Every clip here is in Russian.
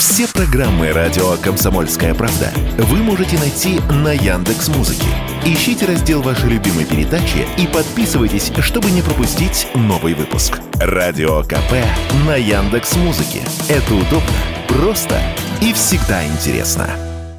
Все программы радио «Комсомольская правда» вы можете найти на Яндекс.Музыке. Ищите раздел вашей любимой передачи и подписывайтесь, чтобы не пропустить новый выпуск. Радио КП на Яндекс.Музыке. Это удобно, просто и всегда интересно.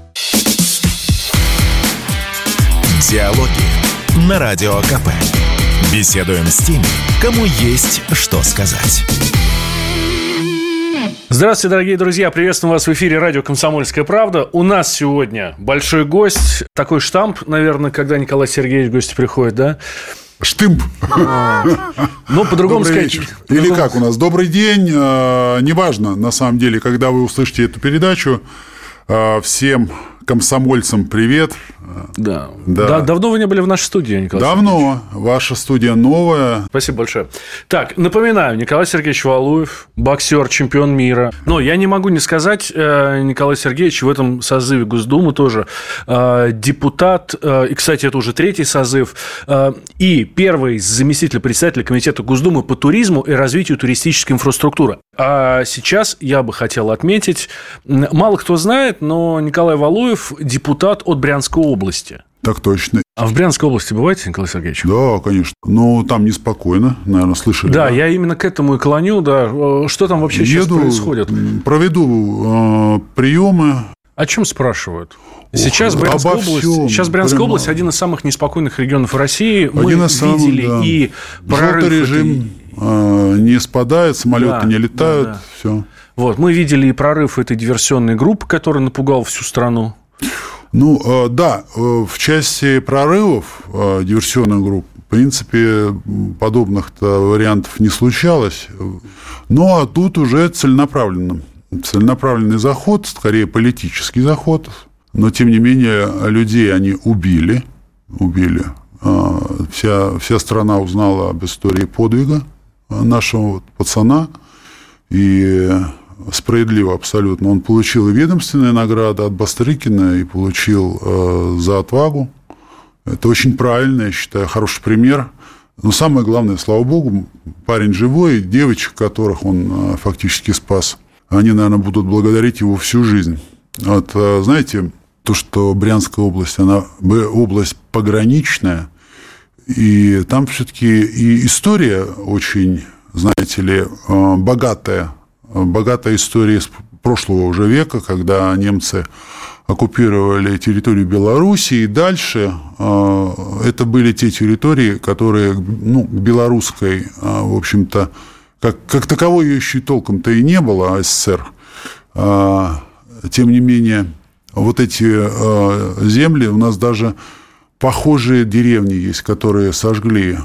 Диалоги на Радио КП. Беседуем с теми, кому есть что сказать. Здравствуйте, дорогие друзья. Приветствую вас в эфире радио «Комсомольская правда». У нас сегодня большой гость. Такой штамп, наверное, когда Николай Сергеевич в гости приходит, да? Штымп. Ну, по-другому сказать. Или как у нас? Добрый день. Неважно, на самом деле, когда вы услышите эту передачу. Всем комсомольцам привет. Да. Давно вы не были в нашей студии, Николай Сергеевич? Давно. Ваша студия новая. Спасибо большое. Так, напоминаю, Николай Сергеевич Валуев, боксер, чемпион мира. Но я не могу не сказать, Николай Сергеевич в этом созыве Госдумы тоже депутат, и, кстати, это уже третий созыв, и первый заместитель председателя Комитета Госдумы по туризму и развитию туристической инфраструктуры. А сейчас я бы хотел отметить, мало кто знает, но Николай Валуев депутат от Брянской области. Так точно. А в Брянской области бываете, Николай Сергеевич? Да, конечно. Но там неспокойно, наверное, слышали. Да, я именно к этому и клоню, да. Что там вообще сейчас происходит? Проведу приемы. О чем спрашивают? Сейчас Брянская область один из самых неспокойных регионов России. Мы видели и прорыв. Желтый режим не спадает, самолеты не летают. Да. Все. Вот, мы видели и прорыв этой диверсионной группы, которая напугала всю страну. Ну, да, в части прорывов диверсионных групп, в принципе, подобных-то вариантов не случалось. Ну, а тут уже целенаправленный заход, скорее политический заход. Но, тем не менее, людей они убили. Вся страна узнала об истории подвига нашего пацана. И справедливо абсолютно. Он получил и ведомственные награды от Бастрыкина, и получил за отвагу. Это очень правильно, я считаю, хороший пример. Но самое главное, слава богу, парень живой, девочек, которых он фактически спас, они, наверное, будут благодарить его всю жизнь. Вот, знаете, то, что Брянская область, она область пограничная, и там все-таки и история очень, знаете ли, богатая история из прошлого уже века, когда немцы оккупировали территорию Беларуси, и дальше это были те территории, которые, к белорусской, в общем-то, как таковой ее еще и толком-то и не было, СССР. Тем не менее, вот эти земли, у нас даже похожие деревни есть, которые сожгли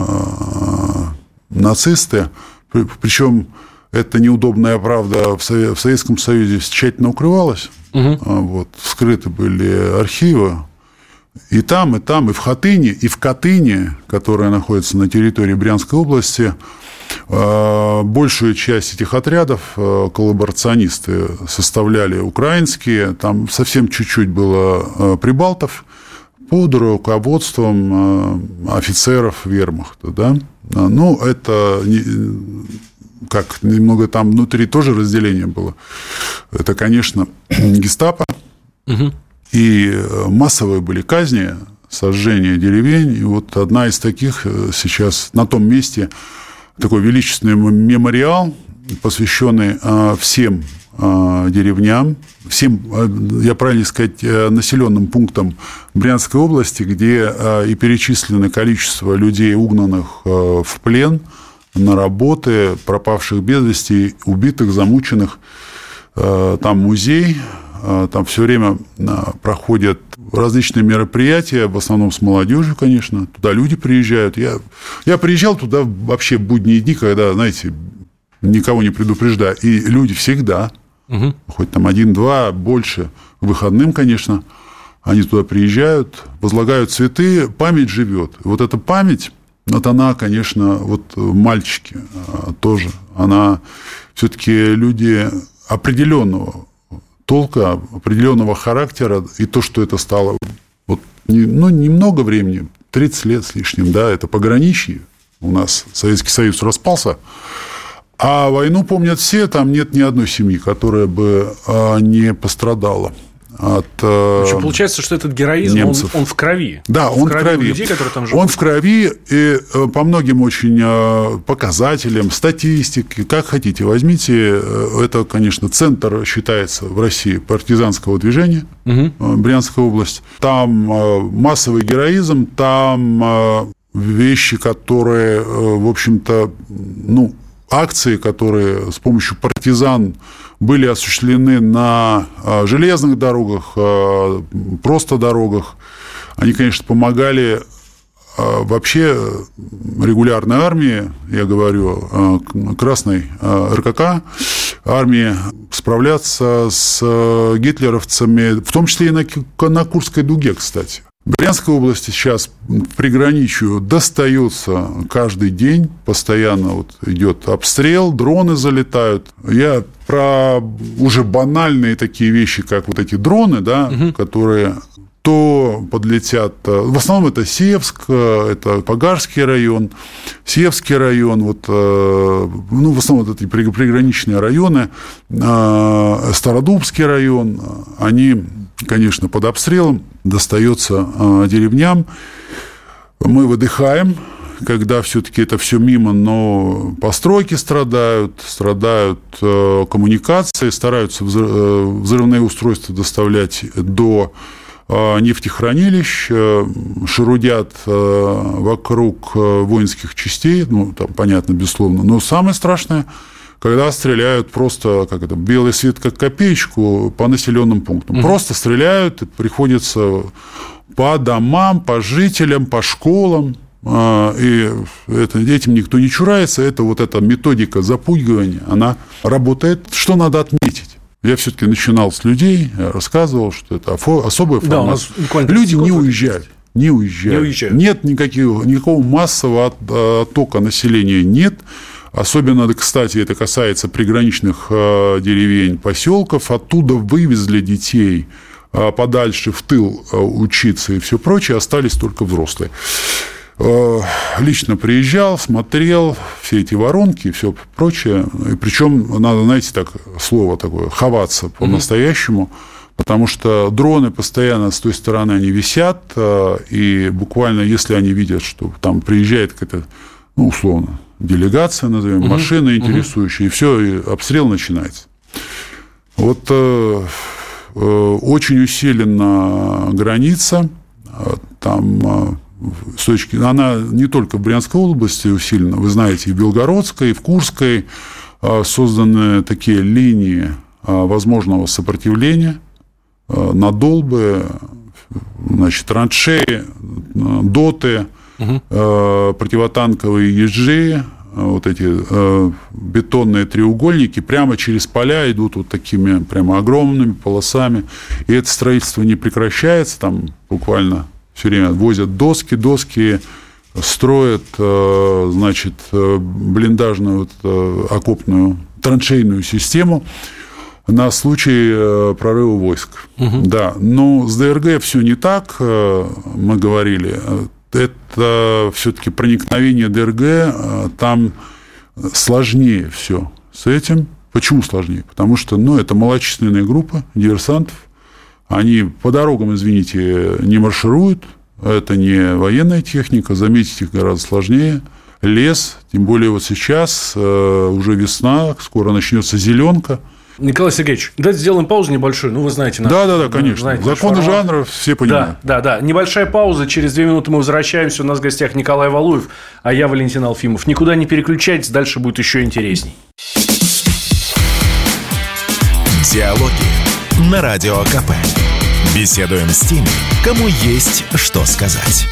нацисты, причем эта неудобная правда в Советском Союзе тщательно укрывалась. Вот, вскрыты были архивы. И там, и в Хатыне, и в Катыни, которая находится на территории Брянской области, большую часть этих отрядов коллаборационисты составляли украинские. Там совсем чуть-чуть было прибалтов под руководством офицеров вермахта. Да? Ну, это... Как немного там внутри тоже разделение было. Это, конечно, гестапо. И массовые были казни, сожжение деревень. И вот одна из таких сейчас на том месте такой величественный мемориал, посвященный всем деревням, всем, я правильно сказать, населенным пунктам Брянской области, где и перечислено количество людей, угнанных в плен, на работы, пропавших без вести, убитых, замученных. Там музей, там все время проходят различные мероприятия, в основном с молодежью, конечно. Туда люди приезжают. Я приезжал туда вообще в будние дни, когда, знаете, никого не предупреждаю. И люди всегда, хоть там 1-2, больше, выходным, конечно, они туда приезжают, возлагают цветы, память живет. Вот эта память... Вот она, конечно, вот мальчики тоже, она все-таки люди определенного толка, определенного характера, и то, что это стало вот, немного времени, 30 лет с лишним, да, это пограничье, у нас Советский Союз распался, А войну помнят все, там нет ни одной семьи, которая бы не пострадала от общем, получается, что этот героизм, он в крови. Да, он в крови. Людей, которые там живут. Он в крови, и по многим очень показателям, статистике, как хотите, возьмите, это, конечно, центр считается в России партизанского движения, Брянская область. Там массовый героизм, там вещи, которые, в общем-то, акции, которые с помощью партизан были осуществлены на железных дорогах, просто дорогах. Они, конечно, помогали вообще регулярной армии, я говорю, Красной РКК, армии справляться с гитлеровцами, в том числе и на Курской дуге, кстати. В Брянской области сейчас в приграничью достается каждый день, постоянно идет обстрел, дроны залетают. Я про уже банальные такие вещи, как эти дроны, да, которые то подлетят. В основном это Севск, это Погарский район, Севский район, в основном это приграничные районы, Стародубский район, они, конечно, под обстрелом, достается деревням. Мы выдыхаем, когда все-таки это все мимо, но постройки страдают коммуникации, стараются взрывные устройства доставлять до нефтехранилищ, шарудят вокруг воинских частей, там, понятно, безусловно. Но самое страшное, когда стреляют просто, белый свет как копеечку по населенным пунктам. Просто стреляют, и приходится по домам, по жителям, по школам. И этим никто не чурается. Это эта методика запугивания, она работает. Что надо отметить? Я все-таки начинал с людей, я рассказывал, что это особая форма. Да, люди не уезжают. Нет никакого массового оттока населения нет. Особенно, кстати, это касается приграничных деревень, поселков. Оттуда вывезли детей подальше в тыл учиться и все прочее. Остались только взрослые. Лично приезжал, смотрел все эти воронки и все прочее. И причем надо, знаете, слово такое, ховаться по-настоящему, потому что дроны постоянно с той стороны они висят, и буквально, если они видят, что там приезжает какая-то, условно, делегация, назовем, машина интересующая, и все, и обстрел начинается. Очень усилена граница, там она не только в Брянской области усилена, вы знаете, и в Белгородской, и в Курской созданы такие линии возможного сопротивления, надолбы, траншеи, доты, противотанковые ежи, эти бетонные треугольники прямо через поля идут такими прямо огромными полосами, и это строительство не прекращается, там буквально все время возят доски строят, блиндажную окопную траншейную систему на случай прорыва войск. Да, но с ДРГ все не так, мы говорили. Это все-таки проникновение ДРГ, там сложнее все с этим. Почему сложнее? Потому что, это малочисленные группы диверсантов. Они по дорогам, извините, не маршируют. Это не военная техника. Заметить их гораздо сложнее. Лес, тем более сейчас, уже весна, скоро начнется зеленка. Николай Сергеевич, давайте сделаем паузу небольшую. Вы знаете. Да, конечно. Знаете, законы жанра все понимают. Да. Небольшая пауза. Через 2 минуты мы возвращаемся. У нас в гостях Николай Валуев, а я Валентин Алфимов. Никуда не переключайтесь, дальше будет еще интересней. Диалоги на Радио КП. Беседуем с теми, кому есть что сказать.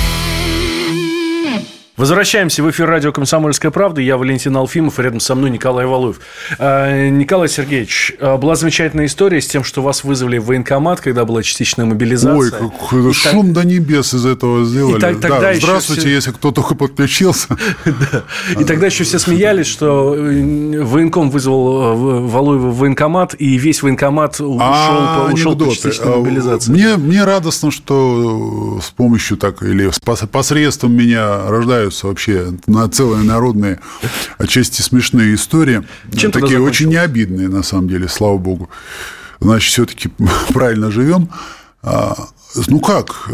Возвращаемся в эфир радио «Комсомольская правда». Я Валентин Алфимов, и рядом со мной Николай Валуев. Николай Сергеевич, была замечательная история с тем, что вас вызвали в военкомат, когда была частичная мобилизация. Ой, какой шум до небес из этого сделали. Здравствуйте, если кто только подключился. И тогда еще все смеялись, что военком вызвал Валуева в военкомат, и весь военкомат ушел по частичной мобилизации. Мне радостно, что с помощью или посредством меня рождаются рождаются вообще на целые народные, отчасти смешные истории. Чем такие очень необидные, на самом деле, слава богу. Значит, все-таки правильно живем. Ну как,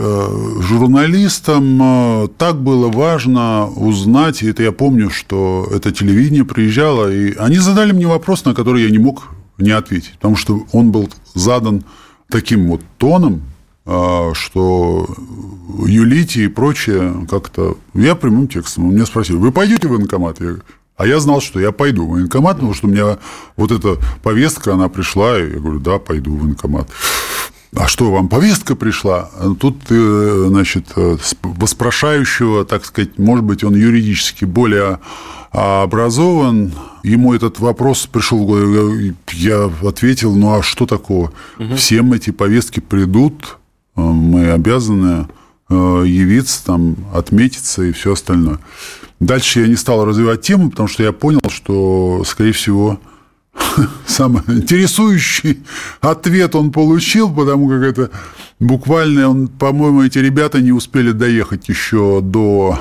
журналистам так было важно узнать, и это я помню, что это телевидение приезжало, и они задали мне вопрос, на который я не мог не ответить, потому что он был задан таким вот тоном, что юлить и прочее как-то... Я прямым текстом. Он меня спросил: вы пойдете в военкомат? А я знал, что я пойду в военкомат, потому что у меня вот эта повестка, она пришла, и я говорю: да, пойду в военкомат. А что, вам повестка пришла? Тут, значит, воспрошающего, так сказать, может быть, он юридически более образован, ему этот вопрос пришел в голову, я ответил: ну, а что такого? Всем эти повестки придут, мы обязаны явиться, там, отметиться и все остальное. Дальше я не стал развивать тему, потому что я понял, что, скорее всего, самый интересующий ответ он получил, потому как это буквально, по-моему, эти ребята не успели доехать еще до,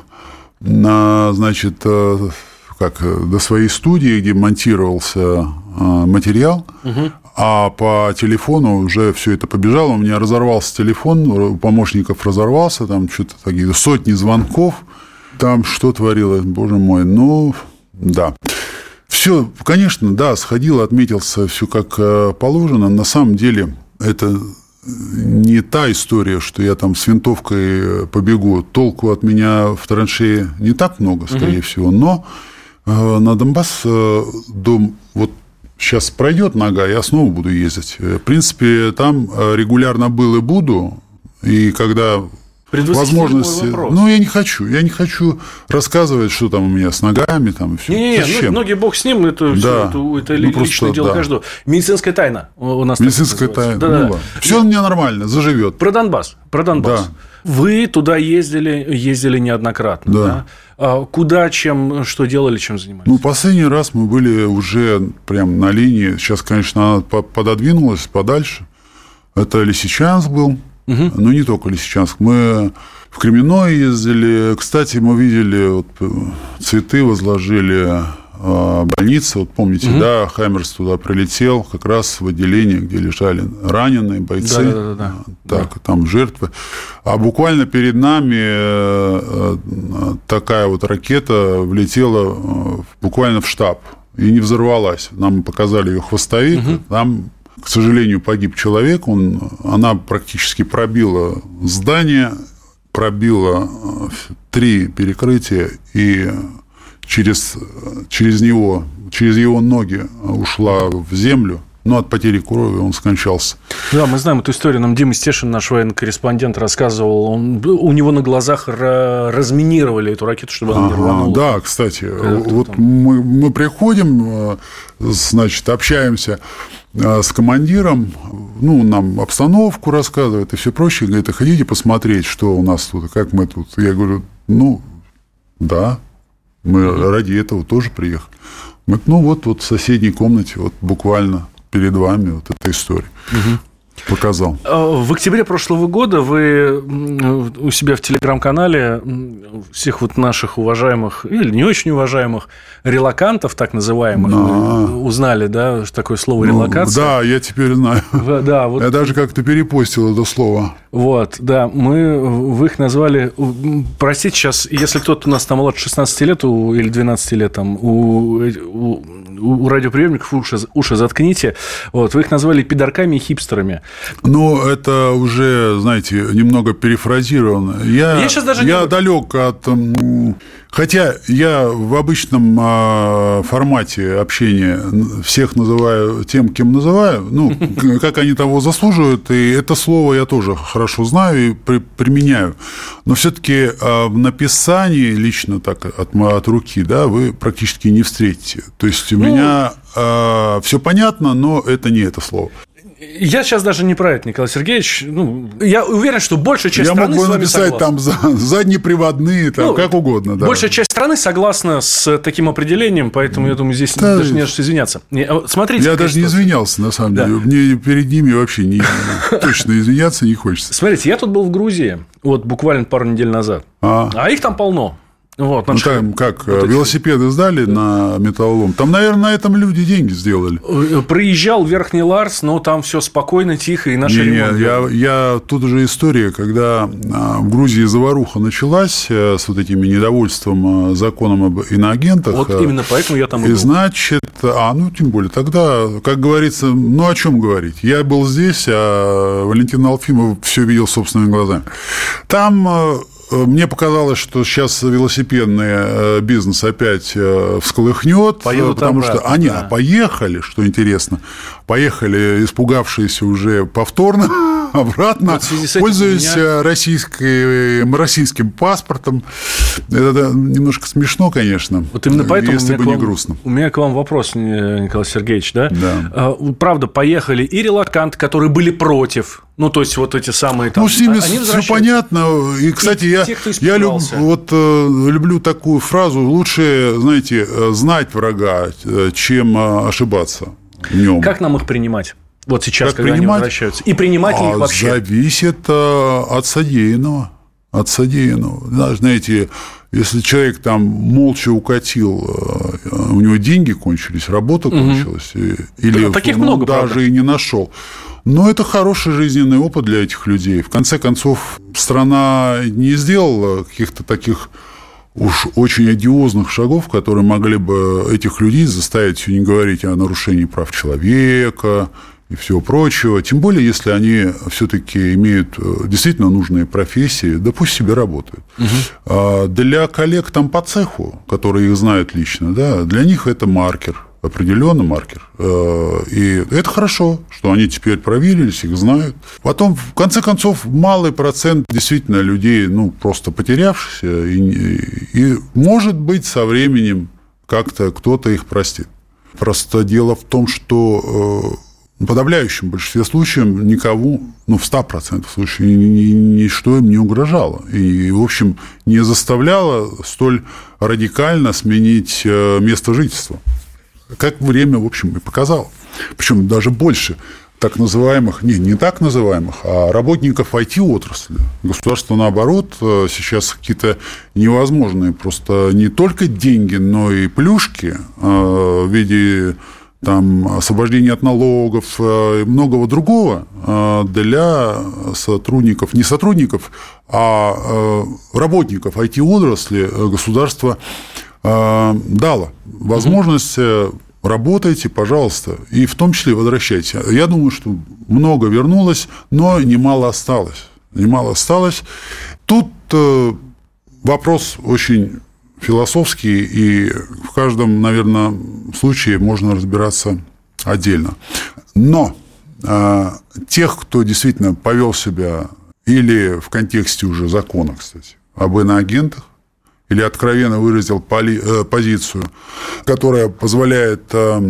значит, до своей студии, где монтировался материал, а по телефону уже все это побежало. У меня разорвался телефон, у помощников разорвался, там что-то такие сотни звонков, там что творилось, боже мой, ну, да. Все, конечно, да, сходил, отметился, все как положено. На самом деле, это не та история, что я там с винтовкой побегу. Толку от меня в траншее не так много, скорее всего. Но на Донбасс вот сейчас пройдет нога, я снова буду ездить. В принципе, там регулярно был и буду. И когда... возможности. Ну, я не хочу рассказывать, что там у меня с ногами, там и все. Не, ноги бог с ним, это, да. это личное дело каждого. Медицинская тайна у нас. Медицинская тайна. Да. Все у меня нормально, заживет. Про Донбасс. Да. Вы туда ездили неоднократно. Да. Да? Куда, что делали, чем занимались? Ну, последний раз мы были уже прям на линии. Сейчас, конечно, она пододвинулась подальше. Это Лисичанск был. Но не только Лисичанск. Мы в Кременное ездили. Кстати, мы видели, вот, цветы возложили больницы. Вот помните, да, Хаймерс туда прилетел как раз в отделение, где лежали раненые бойцы. Да. Так, там жертвы. А буквально перед нами такая вот ракета влетела буквально в штаб и не взорвалась. Нам показали ее хвостовик. Там, к сожалению, погиб человек. Она практически пробила здание, пробила 3 перекрытия и через его ноги ушла в землю. Но от потери крови он скончался. Да, мы знаем эту историю. Нам Дима Стешин, наш военный корреспондент, рассказывал. У него на глазах разминировали эту ракету, чтобы она не рванула. Да, кстати. Вот мы приходим, значит, общаемся с командиром, ну, нам обстановку рассказывает и все прочее. Говорит: хотите посмотреть, что у нас тут, как мы тут? Я говорю: ну, да, мы ради этого тоже приехали. Мы, ну, вот в соседней комнате, вот буквально перед вами вот эта история. Показал. В октябре прошлого года вы у себя в телеграм-канале всех вот наших уважаемых или не очень уважаемых релокантов, так называемых, вы узнали, да, что такое слово релокация? Да, я теперь знаю. Да, вот. Я даже как-то перепостил это слово. Вот, да, вы их назвали, простите, сейчас, если кто-то у нас там младше 16 лет или 12 лет, там, у радиоприемников уши заткните, вот, вы их назвали пидорками и хипстерами. Ну, это уже, знаете, немного перефразировано. Я далек от... Хотя я в обычном формате общения всех называю тем, кем называю, ну, как они того заслуживают, и это слово я тоже хорошо знаю и применяю. Но все-таки в написании лично так от руки, да, вы практически не встретите. То есть у меня все понятно, но это не это слово. Я сейчас даже не про это, Николай Сергеевич. Ну, я уверен, что большая часть страны с вами согласна. Я мог бы написать там заднеприводные, там, как угодно. Да. Большая часть страны согласна с таким определением, поэтому, я думаю, здесь даже не нужно извиняться. Смотрите, я даже не извинялся, на самом деле. Мне перед ними вообще точно извиняться не хочется. Смотрите, я тут был в Грузии, вот буквально пару недель назад, а их там полно. Вот, ну, там как, вот велосипеды сдали на металлолом. Там, наверное, на этом люди деньги сделали. Проезжал Верхний Ларс, но там все спокойно, тихо, и наши ремонт. Я тут уже история, когда в Грузии заваруха началась с вот этим недовольством законом об иноагентах. Вот именно поэтому я там и был. И значит, тем более, тогда, как говорится, о чем говорить? Я был здесь, а Валентин Алфимов все видел собственными глазами. Там... Мне показалось, что сейчас велосипедный бизнес опять всколыхнет, потому что они поехали, что интересно, поехали, испугавшиеся уже повторно обратно, пользуясь российским паспортом. Это немножко смешно, конечно, вот именно поэтому если бы не грустно. У меня к вам вопрос, Николай Сергеевич, да? Да. Правда, поехали и релоканты, которые были против. Ну, то есть, вот эти самые там... с ними все понятно. И, кстати, я люблю такую фразу: лучше, знаете, знать врага, чем ошибаться в нем. Как нам их принимать? Вот сейчас, когда они возвращаются. И принимать ли их вообще? Зависит от содеянного. От содеянного. Знаете, если человек там молча укатил, у него деньги кончились, работа кончилась, или таких много, даже правда. И не нашел. Но это хороший жизненный опыт для этих людей. В конце концов, страна не сделала каких-то таких уж очень одиозных шагов, которые могли бы этих людей заставить не говорить о нарушении прав человека и всего прочего. Тем более, если они все-таки имеют действительно нужные профессии, да пусть себе работают. Угу. Для коллег там по цеху, которые их знают лично, да, для них это маркер. Определенный маркер. И это хорошо, что они теперь проверились, их знают. Потом, в конце концов, малый процент действительно людей, просто потерявшихся, и может быть, со временем как-то кто-то их простит. Просто дело в том, что в подавляющем большинстве случаев никому, в 100% случаев, ничто им не угрожало. И, в общем, не заставляло столь радикально сменить место жительства. Как время, в общем, и показало. Причем даже больше так называемых, не так называемых, а работников IT-отрасли. Государство, наоборот, сейчас какие-то невозможные просто не только деньги, но и плюшки в виде освобождения от налогов и многого другого для сотрудников, не сотрудников, а работников IT-отрасли государство дало возможность: работайте, пожалуйста, и в том числе возвращайте. Я думаю, что много вернулось, но немало осталось. Тут вопрос очень философский, и в каждом, наверное, случае можно разбираться отдельно. Но тех, кто действительно повел себя или в контексте уже закона, кстати, об иноагентах, или откровенно выразил позицию, которая позволяет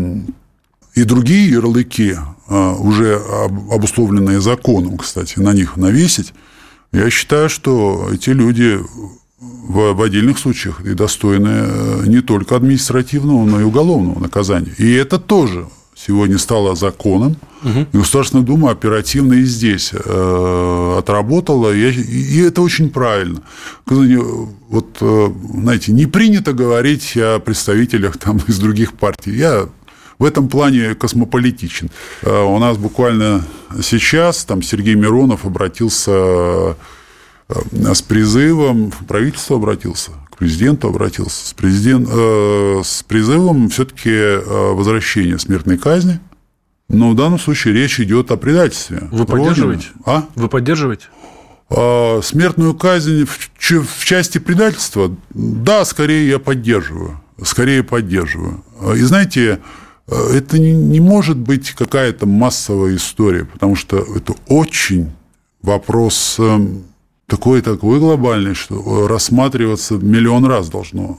и другие ярлыки, уже обусловленные законом, кстати, на них навесить, я считаю, что эти люди в отдельных случаях и достойны не только административного, но и уголовного наказания. И это тоже сегодня стало законом. Угу. И Государственная Дума оперативно и здесь отработала, и это очень правильно. Вот, знаете, не принято говорить о представителях из других партий. Я в этом плане космополитичен. У нас буквально сейчас Сергей Миронов обратился с призывом, правительство обратился, к президенту обратился, с призывом все-таки возвращения смертной казни. Но в данном случае речь идет о предательстве. Вы поддерживаете? Вы поддерживаете? Смертную казнь в части предательства? Да, скорее я поддерживаю. И знаете, это не может быть какая-то массовая история, потому что это очень вопрос такой глобальный, что рассматриваться миллион раз должно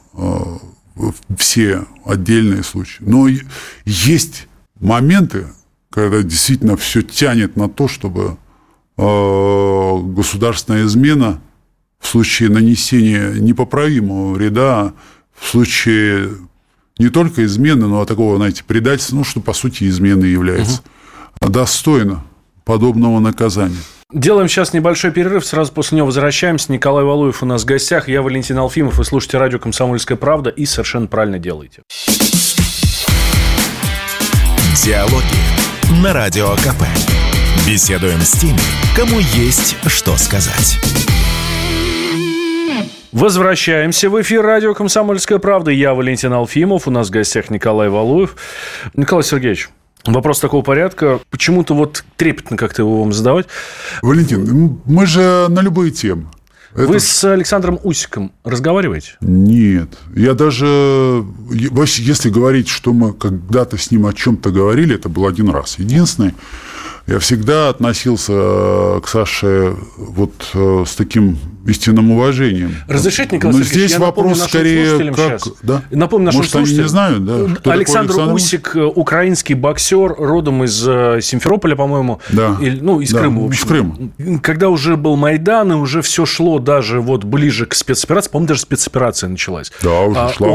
все отдельные случаи. Но есть моменты, когда действительно все тянет на то, чтобы государственная измена в случае нанесения непоправимого вреда, в случае не только измены, но такого, знаете, предательства, что по сути изменой является, достойно подобного наказания. Делаем сейчас небольшой перерыв, сразу после него возвращаемся. Николай Валуев у нас в гостях, я Валентин Алфимов. Вы слушаете радио «Комсомольская правда» и совершенно правильно делаете. Диалоги на Радио КП. Беседуем с теми, кому есть что сказать. Возвращаемся в эфир радио «Комсомольская правда». Я Валентин Алфимов, у нас в гостях Николай Валуев. Николай Сергеевич, вопрос такого порядка. Почему-то вот трепетно как-то его вам задавать. Валентин, мы же на любые темы. Вы с Александром Усиком разговариваете? Нет. Я даже... Если говорить, что мы когда-то с ним о чем-то говорили, это был один раз. Единственный. Я всегда относился к Саше вот с таким истинным уважением. Разрешите, Николай Сергеевич, здесь я вопрос скорее как... Да? Напомню нашим Может, слушателям. Они не знают, да? Кто Александр Усик, украинский боксер, родом из Симферополя, по-моему. Да. Из Крыма, в общем. Из Крыма. Когда уже был Майдан, и уже все шло даже вот ближе к спецоперации, по-моему, даже спецоперация началась. Да, уже шла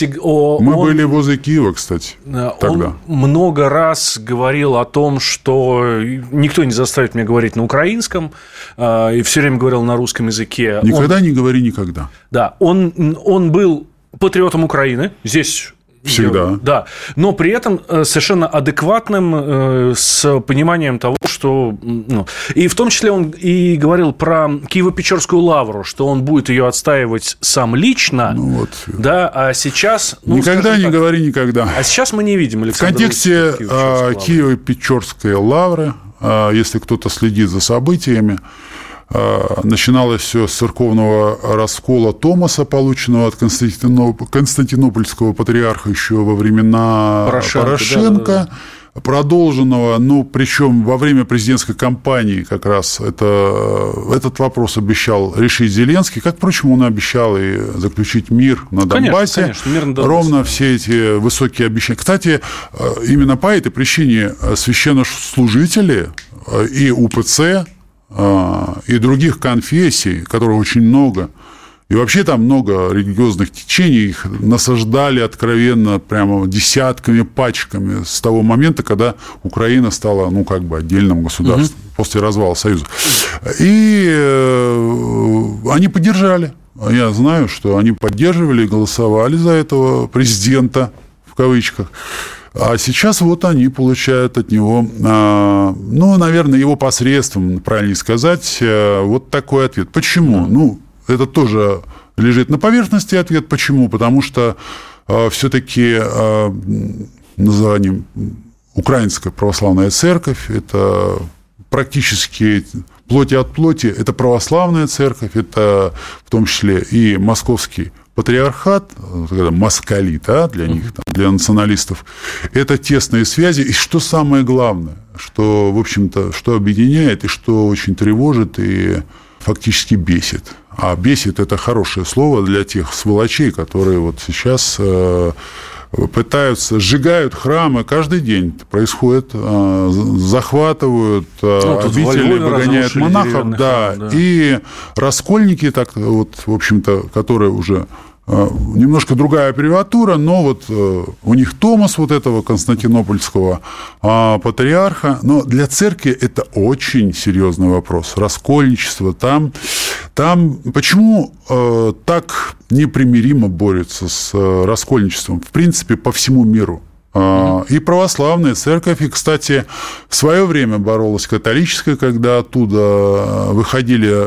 Мы были возле Киева, кстати, тогда. Он много раз говорил о том, что никто не заставит меня говорить на украинском, и все время говорил на русском языке. Никогда не говори никогда. Да, он был патриотом Украины, здесь... Всегда. Да, но при этом совершенно адекватным, с пониманием того, что... И в том числе он и говорил про Киево-Печерскую лавру, что он будет ее отстаивать сам лично, да, а сейчас... никогда не говори никогда. А сейчас мы не видим Александра В контексте Киево-Печерской лавры, если кто-то следит за событиями, начиналось все с церковного раскола Томаса, полученного от Константинопольского патриарха еще во времена Порошенко. Да. Продолженного, причем во время президентской кампании как раз этот вопрос обещал решить Зеленский, как, впрочем, он обещал и заключить мир на Донбассе. Конечно, мир на Донбассе. Ровно все эти высокие обещания. Кстати, именно по этой причине священнослужители и УПЦ, и других конфессий, которых очень много, и вообще там много религиозных течений, их насаждали откровенно прямо десятками, пачками с того момента, когда Украина стала, отдельным государством после развала Союза. И они поддержали. Я знаю, что они поддерживали и голосовали за этого президента, в кавычках. А сейчас вот они получают от него, наверное, его посредством, правильнее сказать, вот такой ответ. Почему? Это тоже лежит на поверхности ответ. Почему? Потому что все-таки названием Украинская православная церковь, это практически плоти от плоти, это православная церковь, это в том числе и московский патриархат, москалит, для них, для националистов, это тесные связи. И что самое главное, что, в общем-то, что объединяет и что очень тревожит и фактически бесит. А бесит – это хорошее слово для тех сволочей, которые вот сейчас пытаются, сжигают храмы каждый день. Происходит, захватывают обители, выгоняют монахов. Да. И раскольники, так вот, в общем-то, которые уже немножко другая аббревиатура, но вот у них Томас вот этого константинопольского патриарха. Но для церкви это очень серьезный вопрос. Раскольничество там почему так непримиримо борются с раскольничеством, в принципе, по всему миру. И православная церковь, и, кстати, в свое время боролась католическая, когда оттуда выходили,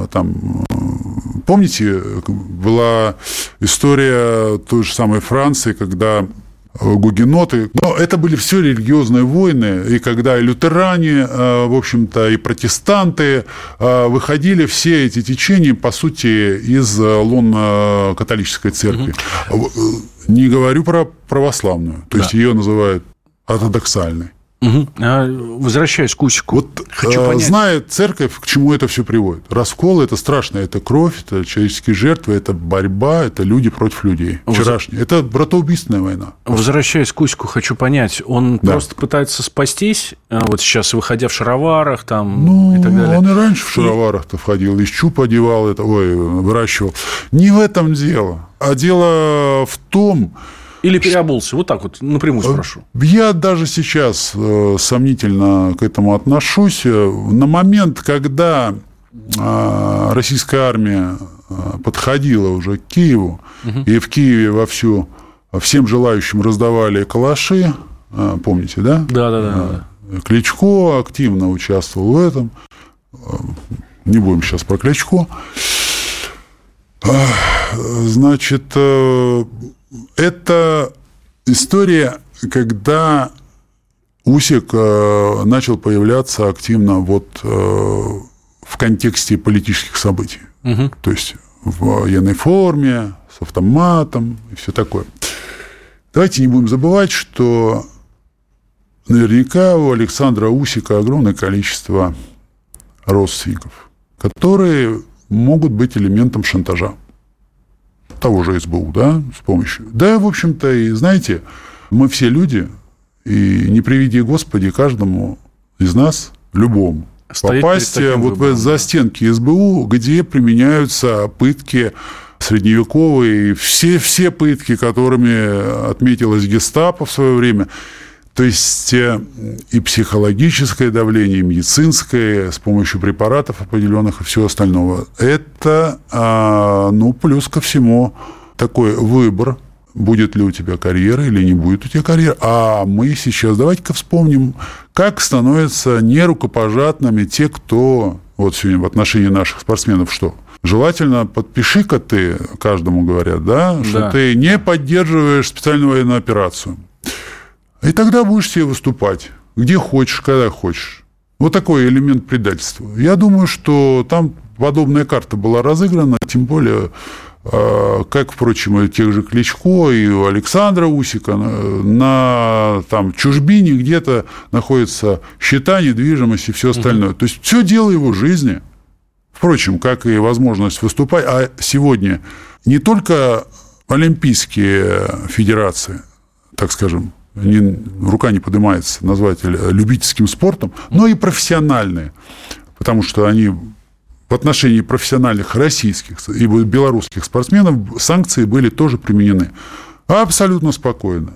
помните, была история той же самой Франции, когда гугеноты, но это были все религиозные войны, и когда и лютеране, в общем-то, и протестанты выходили, все эти течения, по сути, из лона католической церкви. Не говорю про православную, то есть ее называют ортодоксальной. Возвращаясь к Усику, хочу понять. Знает церковь, к чему это все приводит. Раскол – это страшно, это кровь, это человеческие жертвы, это борьба, это люди против людей. Вчерашние. Это братоубийственная война. Возвращаясь к Усику, хочу понять, он просто пытается спастись, вот сейчас, выходя в шароварах и так далее? Он и раньше в шароварах-то входил, из чуб одевал, выращивал. Не в этом дело. А дело в том... Или переобулся? Вот так вот, напрямую спрошу. Я даже сейчас сомнительно к этому отношусь. На момент, когда российская армия подходила уже к Киеву, и в Киеве вовсю всем желающим раздавали калаши, помните, да? Да. Кличко активно участвовал в этом. Не будем сейчас про Кличко. Значит, это история, когда Усик начал появляться активно вот в контексте политических событий. То есть в военной форме, с автоматом и все такое. Давайте не будем забывать, что наверняка у Александра Усика огромное количество родственников, которые могут быть элементом шантажа того же СБУ, да, с помощью. Да, в общем-то, и знаете, мы все люди, и не приведи Господи каждому из нас, любому, попасть вот в застенки СБУ, где применяются пытки средневековые, все пытки, которыми отметилась гестапо в свое время. То есть и психологическое давление, и медицинское, с помощью препаратов определенных и всего остального. Это, плюс ко всему, такой выбор, будет ли у тебя карьера или не будет у тебя карьеры. А мы сейчас, давайте-ка вспомним, как становятся нерукопожатными те, кто, вот сегодня в отношении наших спортсменов, что? Желательно подпиши-ка ты, каждому говорят, да, что ты не поддерживаешь специальную военную операцию. И тогда будешь себе выступать, где хочешь, когда хочешь. Вот такой элемент предательства. Я думаю, что там подобная карта была разыграна, тем более, как, впрочем, и тех же Кличко, и у Александра Усика на там, чужбине где-то находятся счета, недвижимость и все остальное. То есть все дело его жизни. Впрочем, как и возможность выступать. А сегодня не только олимпийские федерации, так скажем, рука не поднимается назвать любительским спортом, но и профессиональные, потому что они в отношении профессиональных российских и белорусских спортсменов санкции были тоже применены абсолютно спокойно,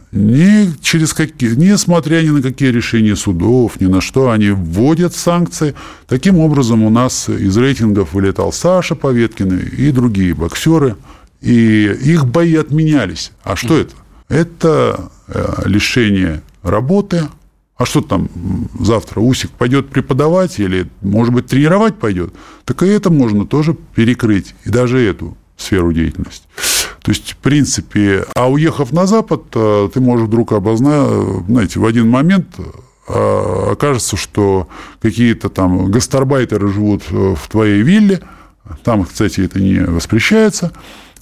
несмотря ни на какие решения судов, ни на что, они вводят санкции. Таким образом, у нас из рейтингов вылетал Саша Поветкин и другие боксеры, и их бои отменялись. А что это? Это лишение работы. А что там завтра Усик пойдет преподавать или, может быть, тренировать пойдет? Так и это можно тоже перекрыть, и даже эту сферу деятельности. То есть, в принципе, а уехав на Запад, ты можешь вдруг знаете, в один момент окажется, что какие-то там гастарбайтеры живут в твоей вилле, там, кстати, это не воспрещается,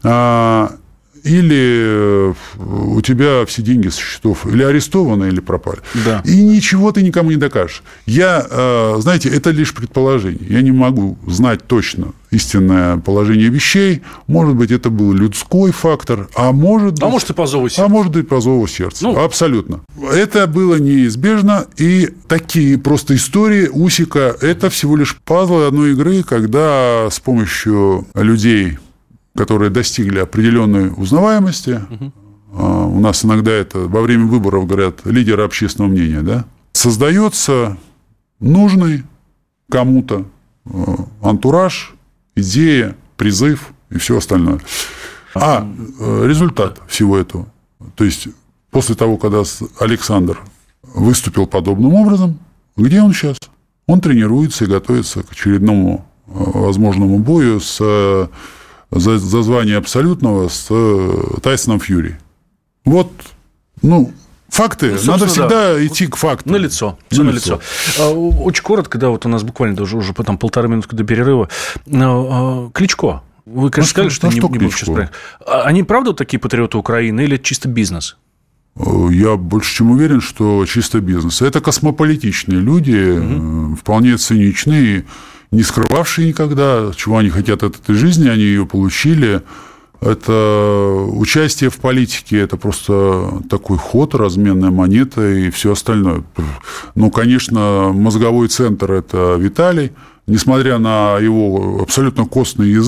или у тебя все деньги со счетов или арестованы, или пропали. Да. И ничего ты никому не докажешь. Знаете, это лишь предположение. Я не могу знать точно истинное положение вещей. Может быть, это был людской фактор, а может и по зову сердца. А может быть, по зову сердца. Абсолютно. Это было неизбежно. И такие просто истории Усика – это всего лишь пазлы одной игры, когда с помощью людей, которые достигли определенной узнаваемости. У нас иногда это во время выборов, говорят, лидеры общественного мнения, да? Создается нужный кому-то антураж, идея, призыв и все остальное. Результат всего этого. То есть, после того, когда Александр выступил подобным образом, где он сейчас? Он тренируется и готовится к очередному возможному бою за звание абсолютного с Тайсоном Фьюри. Вот, факты. Надо всегда идти к фактам. Налицо. Все налицо. Очень коротко, да, вот у нас буквально даже уже потом 1,5 минутки до перерыва. Кличко. Вы, конечно, сказали, что не будем сейчас про них. Они, правда, такие патриоты Украины или это чисто бизнес? Я больше чем уверен, что чисто бизнес. Это космополитичные люди, вполне циничные, не скрывавшие никогда, чего они хотят от этой жизни, они ее получили. Это участие в политике, это просто такой ход, разменная монета и все остальное. Конечно, мозговой центр – это Виталий. Несмотря на его абсолютно костный язык,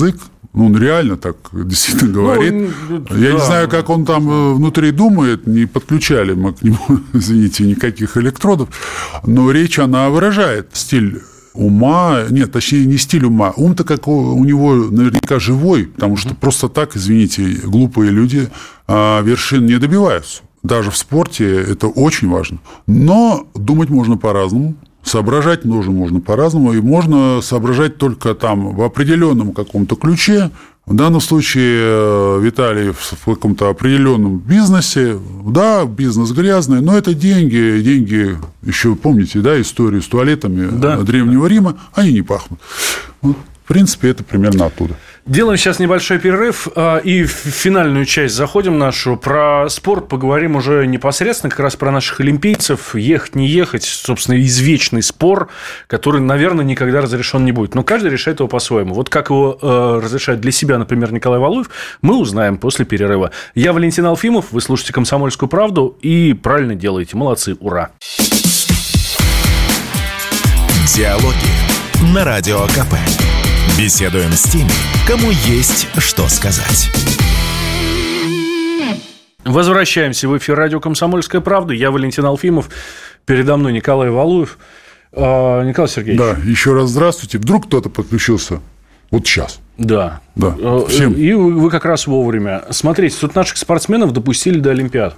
он реально так действительно говорит. Я не знаю, как он там внутри думает, не подключали мы к нему, извините, никаких электродов, но речь, она выражает стиль ума, нет, точнее, не стиль ума. Ум-то как у него наверняка живой, потому что просто так, извините, глупые люди вершин не добиваются. Даже в спорте это очень важно. Но думать можно по-разному. Соображать можно по-разному, и можно соображать только там в определенном каком-то ключе. В данном случае Виталий в каком-то определенном бизнесе. Да, бизнес грязный, но это деньги. Деньги, еще помните, да, историю с туалетами Древнего Рима, они не пахнут. Вот, в принципе, это примерно оттуда. Делаем сейчас небольшой перерыв и в финальную часть заходим нашу. Про спорт поговорим уже непосредственно, как раз про наших олимпийцев. Ехать, не ехать, собственно, извечный спор, который, наверное, никогда разрешен не будет. Но каждый решает его по-своему. Вот как его разрешает для себя, например, Николай Валуев, мы узнаем после перерыва. Я Валентин Алфимов, вы слушаете «Комсомольскую правду» и правильно делаете. Молодцы, ура! Диалоги на Радио КП. Беседуем с теми, кому есть что сказать. Возвращаемся в эфир радио «Комсомольская правда». Я Валентин Алфимов. Передо мной Николай Валуев. Николай Сергеевич. Да, еще раз здравствуйте. Вдруг кто-то подключился вот сейчас. Да. Всем. И вы как раз вовремя. Смотрите, тут наших спортсменов допустили до Олимпиад.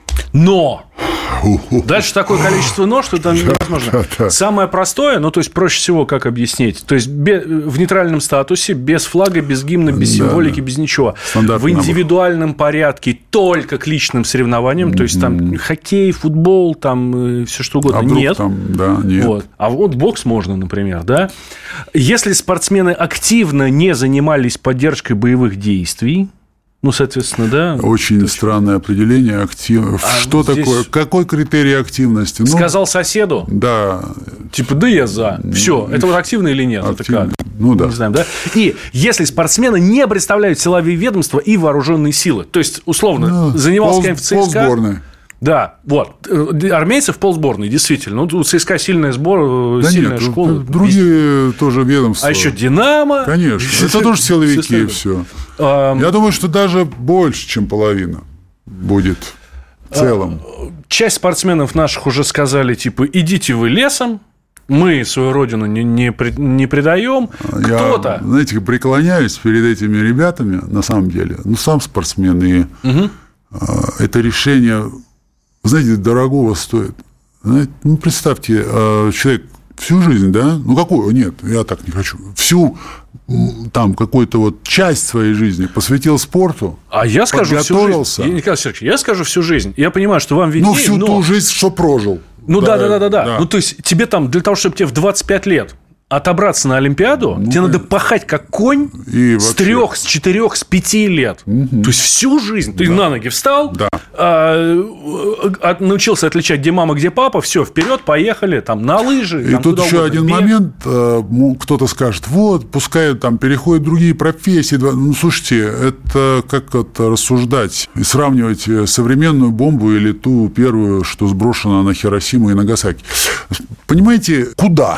Но! Дальше такое количество «но», что там невозможно. Самое простое, то есть проще всего, как объяснить, то есть в нейтральном статусе, без флага, без гимна, без символики, без ничего. В индивидуальном порядке, только к личным соревнованиям, то есть там хоккей, футбол, там все что угодно. Нет. Нет. Вот. А вот бокс можно, например, да. Если спортсмены активно не занимались поддержкой боевых действий, соответственно, да. Очень странное определение. Что здесь... такое? Какой критерий активности? Сказал соседу? Да. Типа, да я за. Все. Это вот активно или нет? Активно. Это как? Да. Не знаем, да? И если спортсмены не представляют силовые ведомства и вооруженные силы, то есть, условно, занимался в ЦСКА... Полсборной. Да, вот. Армейцев полсборной, действительно. У ЦСКА сильная сильная школа. Другие тоже ведомства. А еще «Динамо». Конечно. Это тоже силовики и все. Я думаю, что даже больше, чем половина будет в целом. Часть спортсменов наших уже сказали, типа, идите вы лесом, мы свою родину не предаем. Кто-то... Я, знаете, преклоняюсь перед этими ребятами, на самом деле. Сам спортсмен, и это решение... Знаете, дорогого стоит. Представьте, человек всю жизнь, да? Какую? Нет, я так не хочу. Всю там какую-то часть своей жизни посвятил спорту. А я скажу всю жизнь. Николай Сергеевич, я скажу всю жизнь. Я понимаю, что вам виднее, всю ту жизнь, что прожил. Да. То есть, тебе там, для того, чтобы тебе в 25 лет отобраться на Олимпиаду, тебе надо пахать как конь с 3, с 4, с 5 лет. То есть, всю жизнь. Ты на ноги встал, научился отличать, где мама, где папа, все, вперед, поехали, там, на лыжи. И тут еще один момент, кто-то скажет, пускай там переходят другие профессии. Слушайте, это как рассуждать и сравнивать современную бомбу или ту первую, что сброшена на Хиросиму и Нагасаки. Понимаете, куда?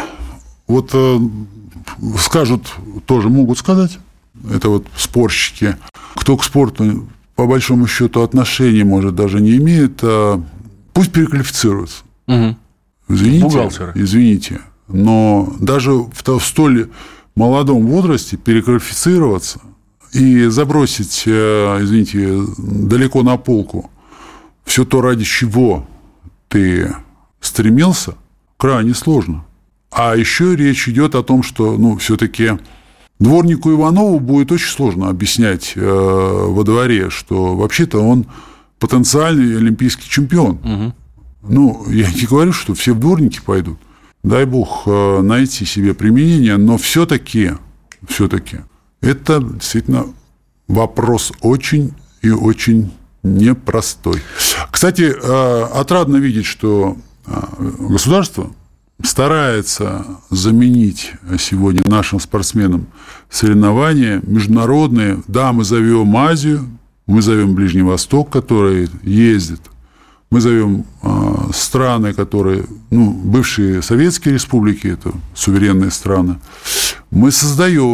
Скажут, тоже могут сказать, это спорщики, кто к спорту, по большому счету, отношения, может, даже не имеет, пусть переквалифицируются. Извините, но даже в столь молодом возрасте переквалифицироваться и забросить, извините, далеко на полку все то, ради чего ты стремился, крайне сложно. А еще речь идет о том, что, все-таки дворнику Иванову будет очень сложно объяснять во дворе, что вообще-то он потенциальный олимпийский чемпион. Я не говорю, что все в дворники пойдут. Дай бог найти себе применение, но все-таки это действительно вопрос очень и очень непростой. Кстати, отрадно видеть, что государство старается заменить сегодня нашим спортсменам соревнования международные. Да, мы зовем Азию, мы зовем Ближний Восток, которые ездят, мы зовем страны, которые, бывшие советские республики, это суверенные страны. Мы создаем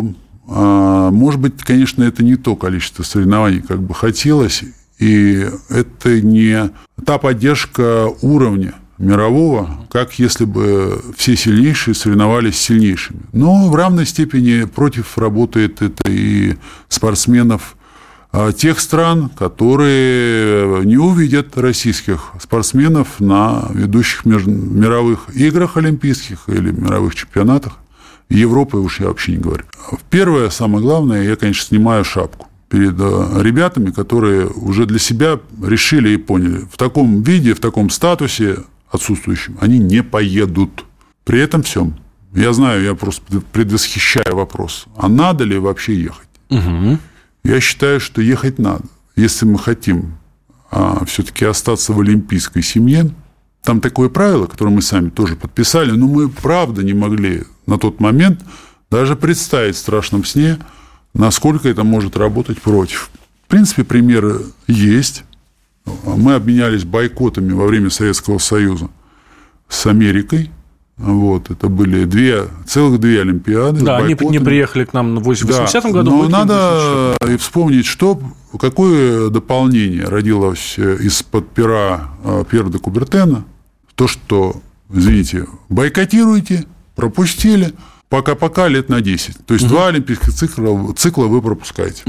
может быть, конечно, это не то количество соревнований, как бы хотелось, и это не та поддержка уровня мирового, как если бы все сильнейшие соревновались с сильнейшими. Но в равной степени против работает это и спортсменов тех стран, которые не увидят российских спортсменов на ведущих мировых играх олимпийских или мировых чемпионатах. Европы уж я вообще не говорю. Первое, самое главное, я, конечно, снимаю шапку перед ребятами, которые уже для себя решили и поняли, в таком виде, в таком статусе отсутствующем они не поедут. При этом всем. Я знаю, я просто предвосхищаю вопрос, а надо ли вообще ехать? Угу. Я считаю, что ехать надо. Если мы хотим все-таки остаться в олимпийской семье, там такое правило, которое мы сами тоже подписали, но мы правда не могли на тот момент даже представить в страшном сне, насколько это может работать против. В принципе, примеры есть. Мы обменялись бойкотами во время Советского Союза с Америкой. Вот, это были целых две Олимпиады. Да, они не приехали к нам в 80-м году. Но надо и вспомнить, какое дополнение родилось из-под пера Пьера де Кубертена. То, что, извините, бойкотируете, пропустили, пока-пока лет на 10. То есть, два олимпийских цикла вы пропускаете.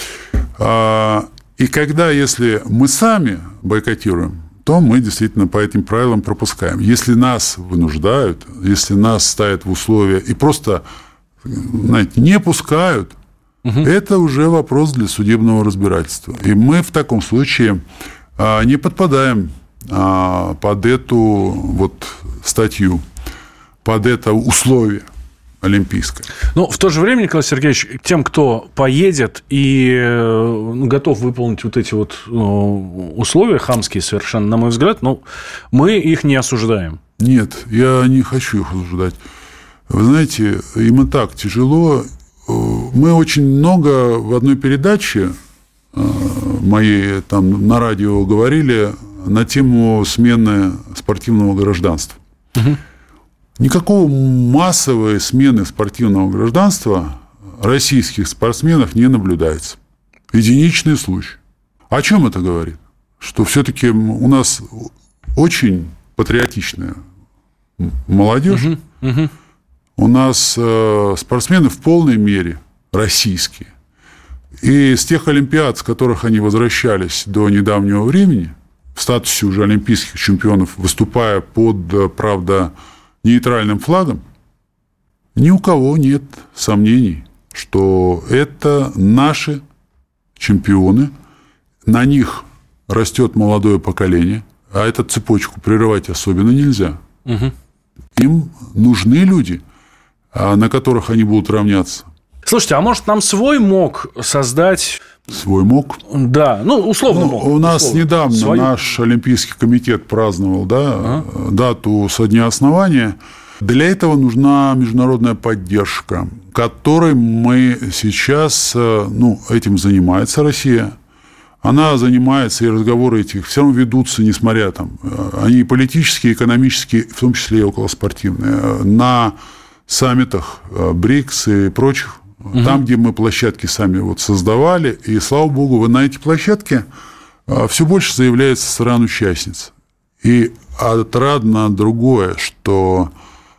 И если мы сами бойкотируем, то мы действительно по этим правилам пропускаем. Если нас вынуждают, если нас ставят в условия и просто, знаете, не пускают, это уже вопрос для судебного разбирательства. И мы в таком случае не подпадаем под эту статью, под это условие олимпийское. Но в то же время, Николай Сергеевич, тем, кто поедет и готов выполнить вот эти условия, хамские совершенно, на мой взгляд, мы их не осуждаем. Нет, я не хочу их осуждать. Вы знаете, им и так тяжело. Мы очень много в одной передаче моей там на радио говорили на тему смены спортивного гражданства. Угу. Никакого массовой смены спортивного гражданства российских спортсменов не наблюдается. Единичный случай. О чем это говорит? Что все-таки у нас очень патриотичная молодежь. У нас спортсмены в полной мере российские. И с тех олимпиад, с которых они возвращались до недавнего времени, в статусе уже олимпийских чемпионов, выступая под, правда, нейтральным флагом, ни у кого нет сомнений, что это наши чемпионы, на них растет молодое поколение, а эту цепочку прерывать особенно нельзя. Угу. Им нужны люди, на которых они будут равняться. Слушайте, а может нам свой МОК создать? Свой МОК? Да, условно МОК. У нас недавно наш Олимпийский комитет праздновал дату со дня основания. Для этого нужна международная поддержка, которой мы сейчас, этим занимается Россия. Она занимается, и разговоры этих все равно ведутся, несмотря они политические, экономические, в том числе и околоспортивные, на саммитах БРИКС и прочих. Там, где мы площадки сами создавали, и, слава богу, на эти площадки все больше заявляется стран-участниц. И отрадно другое, что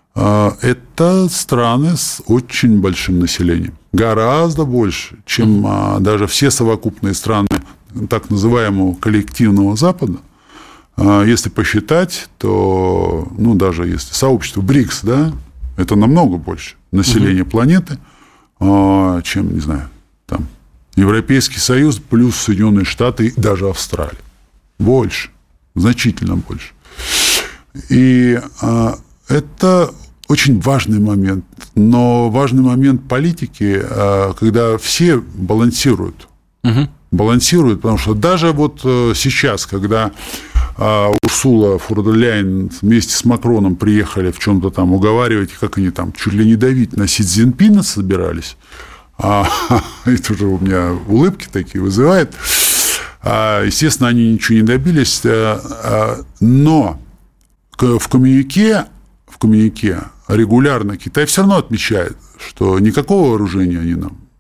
это страны с очень большим населением. Гораздо больше, чем даже все совокупные страны так называемого коллективного Запада. Если посчитать, то, даже если сообщество БРИКС, это намного больше населения планеты, чем, не знаю, Европейский Союз плюс Соединенные Штаты и даже Австралия. Больше, значительно больше. И это очень важный момент. Но важный момент политики, когда все балансируют. Балансируют, потому что даже сейчас, когда Урсула фон дер Ляйен вместе с Макроном приехали в чем-то уговаривать, как они чуть ли не давить на Си Цзиньпина собирались, это уже у меня улыбки такие вызывает. Естественно, они ничего не добились, но в коммюнике регулярно Китай все равно отмечает, что никакого вооружения они нам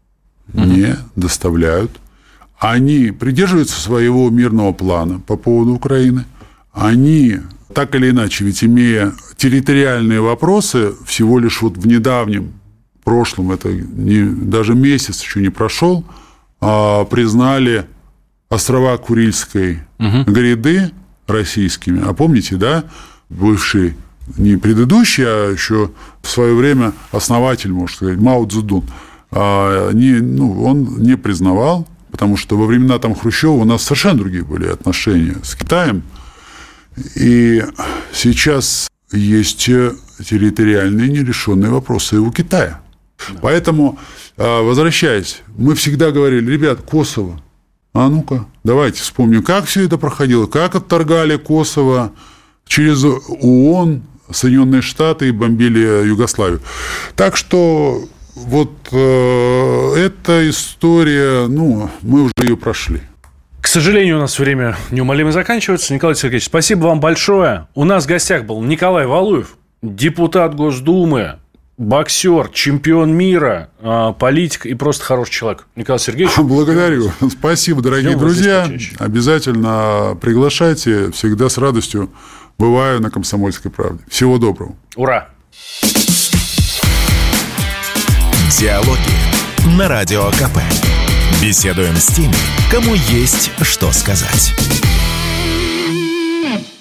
не доставляют. Они придерживаются своего мирного плана по поводу Украины. Они, так или иначе, ведь имея территориальные вопросы, всего лишь вот в недавнем прошлом, это даже месяц еще не прошел, признали острова Курильской гряды российскими. А помните, да, бывший не предыдущий, а еще в свое время основатель, можно сказать, Мао Цзэдун, он не признавал, потому что во времена там Хрущева у нас совершенно другие были отношения с Китаем. И сейчас есть территориальные нерешенные вопросы и у Китая. Поэтому, возвращаясь, мы всегда говорили: ребят, Косово, а ну-ка, давайте вспомним, как все это проходило, как отторгали Косово через ООН, Соединенные Штаты и бомбили Югославию. Так что вот эта история, мы уже ее прошли. К сожалению, у нас время неумолимо заканчивается. Николай Сергеевич, спасибо вам большое. У нас в гостях был Николай Валуев, депутат Госдумы, боксер, чемпион мира, политик и просто хороший человек. Николай Сергеевич. Благодарю. Спасибо, дорогие друзья. Обязательно приглашайте. Всегда с радостью бываю на «Комсомольской правде». Всего доброго. Ура! Диалоги на Радио КП. Беседуем с теми, кому есть что сказать.